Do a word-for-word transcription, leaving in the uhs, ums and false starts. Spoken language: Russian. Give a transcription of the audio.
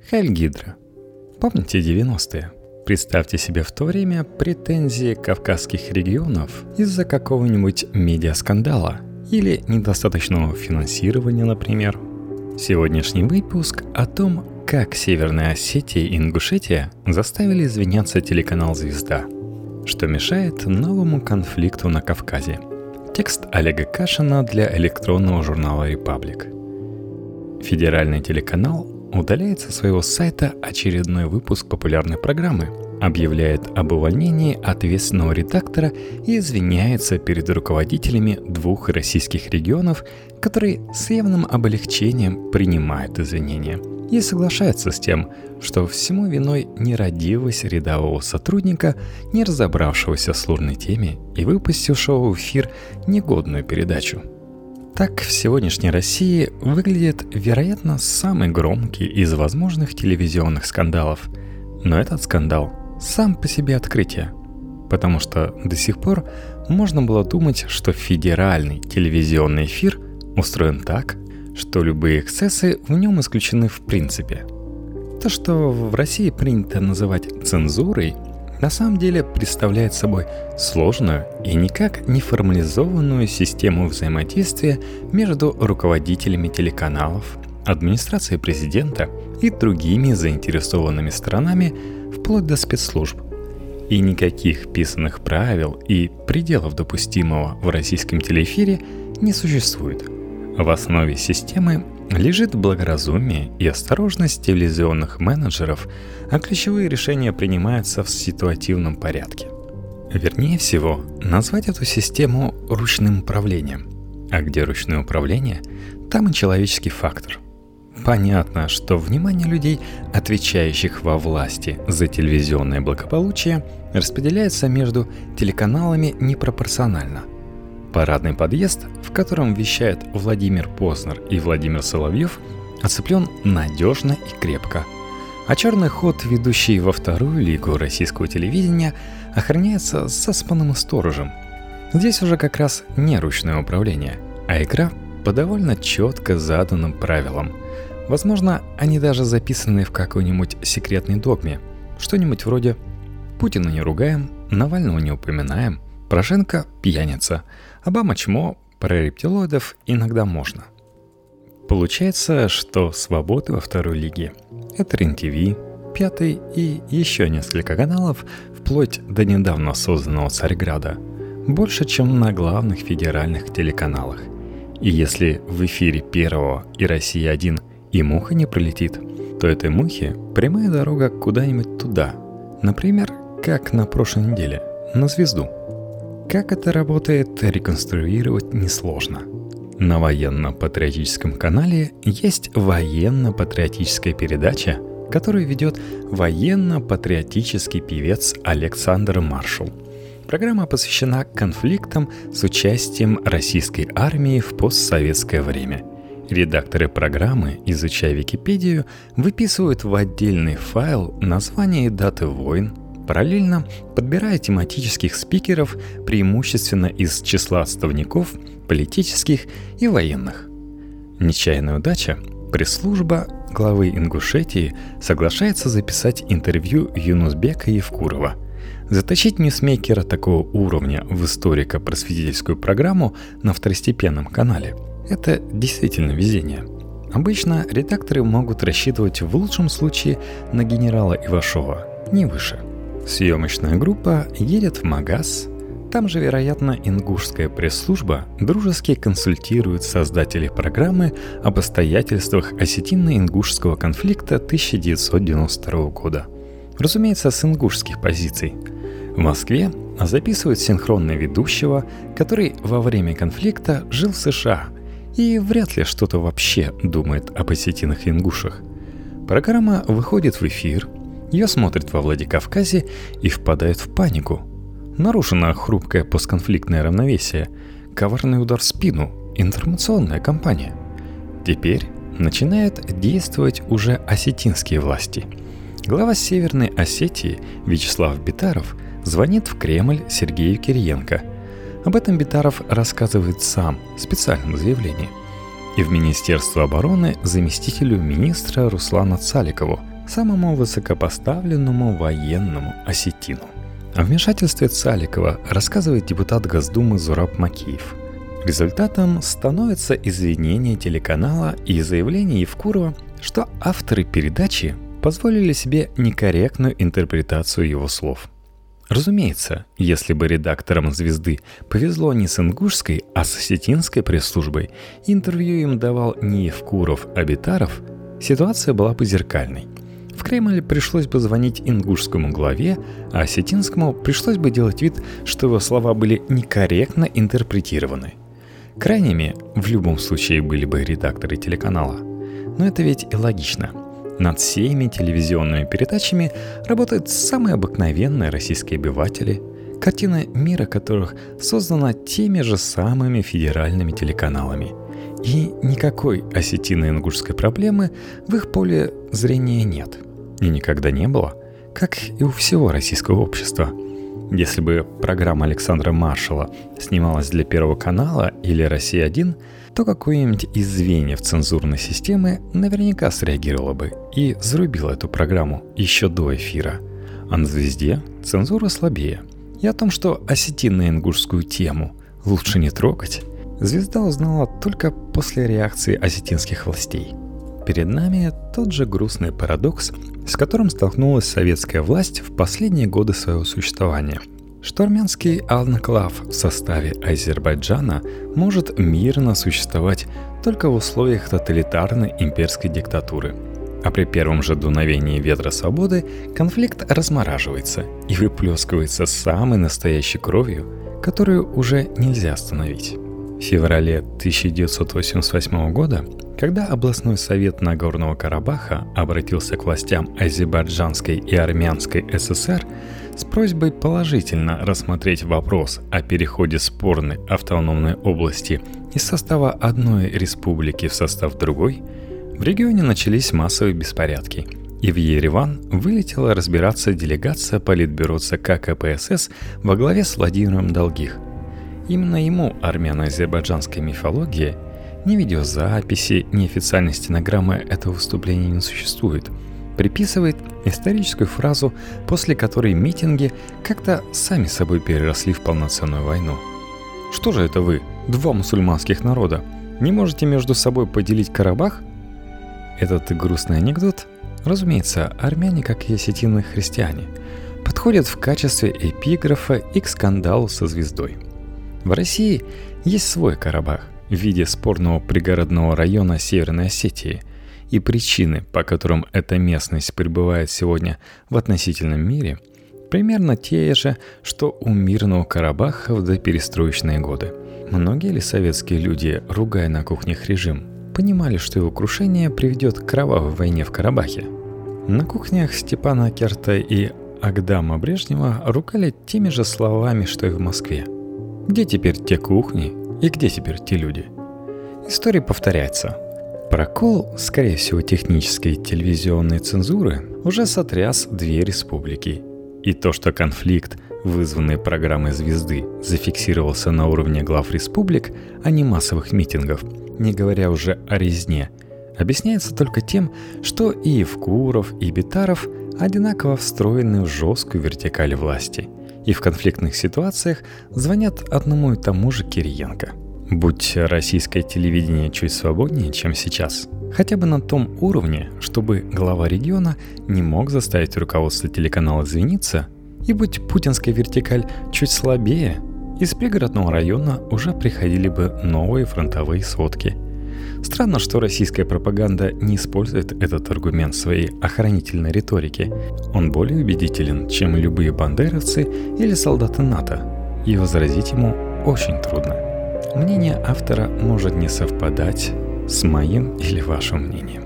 Хайль Гидра. Помните девяностые? Представьте себе в то время претензии кавказских регионов из-за какого-нибудь медиаскандала или недостаточного финансирования, например. Сегодняшний выпуск о том, как Северная Осетия и Ингушетия заставили извиняться телеканал «Звезда», что мешает новому конфликту на Кавказе. Текст Олега Кашина для электронного журнала «Репаблик». Федеральный телеканал удаляет со своего сайта очередной выпуск популярной программы, объявляет об увольнении ответственного редактора и извиняется перед руководителями двух российских регионов, которые с явным облегчением принимают извинения и соглашаются с тем, что всему виной нерадивость рядового сотрудника, не разобравшегося в сложной теме и выпустившего в эфир негодную передачу. Так в сегодняшней России выглядит, вероятно, самый громкий из возможных телевизионных скандалов. Но этот скандал сам по себе открытие, потому что до сих пор можно было думать, что федеральный телевизионный эфир устроен так, что любые эксцессы в нем исключены в принципе. То, что в России принято называть цензурой, на самом деле представляет собой сложную и никак не формализованную систему взаимодействия между руководителями телеканалов, администрацией президента и другими заинтересованными сторонами, вплоть до спецслужб. И никаких писанных правил и пределов допустимого в российском телеэфире не существует. В основе системы лежит благоразумие и осторожность телевизионных менеджеров, а ключевые решения принимаются в ситуативном порядке. Вернее всего, назвать эту систему ручным управлением. А где ручное управление, там и человеческий фактор. Понятно, что внимание людей, отвечающих во власти за телевизионное благополучие, распределяется между телеканалами непропорционально. Парадный подъезд, в котором вещает Владимир Познер и Владимир Соловьев, оцеплен надежно и крепко. А черный ход, ведущий во вторую лигу российского телевидения, охраняется заспанным сторожем. Здесь уже как раз не ручное управление, а игра по довольно четко заданным правилам. Возможно, они даже записаны в какой-нибудь секретной догме. Что-нибудь вроде «Путина не ругаем, Навального не упоминаем, Порошенко пьяница, Обама чмо, про рептилоидов иногда можно». Получается, что свободы во второй лиге — это эр эн ти ви, Пятый и еще несколько каналов, вплоть до недавно созданного Царьграда, больше, чем на главных федеральных телеканалах. И если в эфире Первого и Россия-один и муха не пролетит, то этой мухе прямая дорога куда-нибудь туда, например, как на прошлой неделе, на «Звезду». Как это работает, реконструировать несложно. На военно-патриотическом канале есть военно-патриотическая передача, которую ведет военно-патриотический певец Александр Маршал. Программа посвящена конфликтам с участием российской армии в постсоветское время. Редакторы программы, изучая Википедию, выписывают в отдельный файл названия и даты войн, параллельно подбирая тематических спикеров преимущественно из числа отставников, политических и военных. Нечаянная удача, пресс-служба главы Ингушетии соглашается записать интервью Юнусбека Евкурова. Затащить ньюсмейкера такого уровня в историко-просветительскую программу на второстепенном канале – это действительно везение. Обычно редакторы могут рассчитывать в лучшем случае на генерала Ивашова, не выше. Съемочная группа едет в магаз. Там же, вероятно, ингушская пресс-служба дружески консультирует создателей программы об обстоятельствах осетино-ингушского конфликта тысяча девятьсот девяносто второго года. Разумеется, с ингушских позиций. В Москве записывают синхронно ведущего, который во время конфликта жил в США и вряд ли что-то вообще думает об осетинах и ингушах. Программа выходит в эфир, ее смотрят во Владикавказе и впадают в панику. Нарушено хрупкое постконфликтное равновесие, коварный удар в спину, информационная кампания. Теперь начинают действовать уже осетинские власти. Глава Северной Осетии Вячеслав Битаров звонит в Кремль Сергею Кириенко. Об этом Битаров рассказывает сам в специальном заявлении. И в Министерство обороны заместителю министра Руслану Цаликову, самому высокопоставленному военному осетину. О вмешательстве Цаликова рассказывает депутат Госдумы Зураб Макеев. Результатом становится извинение телеканала и заявление Евкурова, что авторы передачи позволили себе некорректную интерпретацию его слов. Разумеется, если бы редакторам «Звезды» повезло не с ингушской, а с осетинской пресс-службой, интервью им давал не Евкуров, а Битаров, ситуация была бы зеркальной. В Кремль пришлось бы звонить ингушскому главе, а осетинскому пришлось бы делать вид, что его слова были некорректно интерпретированы. Крайними в любом случае были бы редакторы телеканала. Но это ведь и логично. Над всеми телевизионными передачами работают самые обыкновенные российские обыватели, картина мира которых создана теми же самыми федеральными телеканалами. И никакой осетино-ингушской проблемы в их поле зрения нет. И никогда не было, как и у всего российского общества. Если бы программа Александра Маршала снималась для Первого канала или «Россия-один», то какое-нибудь из звеньев цензурной системы наверняка среагировало бы и зарубило эту программу еще до эфира. А на «Звезде» цензура слабее. И о том, что осетино-ингушскую тему лучше не трогать, «Звезда» узнала только после реакции осетинских властей. Перед нами тот же грустный парадокс, с которым столкнулась советская власть в последние годы своего существования. Что армянский анклав в составе Азербайджана может мирно существовать только в условиях тоталитарной имперской диктатуры. А при первом же дуновении ветра свободы конфликт размораживается и выплескивается самой настоящей кровью, которую уже нельзя остановить. В феврале тысяча девятьсот восемьдесят восьмого года, когда областной совет Нагорного Карабаха обратился к властям Азербайджанской и Армянской ССР с просьбой положительно рассмотреть вопрос о переходе спорной автономной области из состава одной республики в состав другой, в регионе начались массовые беспорядки, и в Ереван вылетела разбираться делегация Политбюро ЦК КПСС во главе с Владимиром Долгих. Именно ему армяно-азербайджанская мифология, ни видеозаписи, ни официальной стенограммы этого выступления не существует, приписывает историческую фразу, после которой митинги как-то сами собой переросли в полноценную войну. Что же это вы, два мусульманских народа, не можете между собой поделить Карабах? Этот грустный анекдот, разумеется, армяне, как и осетины христиане, подходят в качестве эпиграфа и к скандалу со «Звездой». В России есть свой Карабах в виде спорного пригородного района Северной Осетии, и причины, по которым эта местность пребывает сегодня в относительном мире, примерно те же, что у мирного Карабаха в доперестроечные годы. Многие ли советские люди, ругая на кухнях режим, понимали, что его крушение приведет к кровавой войне в Карабахе? На кухнях Степана Керта и Агдама Брежнева ругали теми же словами, что и в Москве. Где теперь те кухни и где теперь те люди? История повторяется. Прокол, скорее всего, технической телевизионной цензуры уже сотряс две республики. И то, что конфликт, вызванный программой «Звезды», зафиксировался на уровне глав республик, а не массовых митингов, не говоря уже о резне, объясняется только тем, что и Евкуров, и Битаров одинаково встроены в жесткую вертикаль власти и в конфликтных ситуациях звонят одному и тому же Кириенко. Будь российское телевидение чуть свободнее, чем сейчас, хотя бы на том уровне, чтобы глава региона не мог заставить руководство телеканала извиниться, и будь путинская вертикаль чуть слабее, из пригородного района уже приходили бы новые фронтовые сводки. Странно, что российская пропаганда не использует этот аргумент в своей охранительной риторике. Он более убедителен, чем любые бандеровцы или солдаты НАТО, и возразить ему очень трудно. Мнение автора может не совпадать с моим или вашим мнением.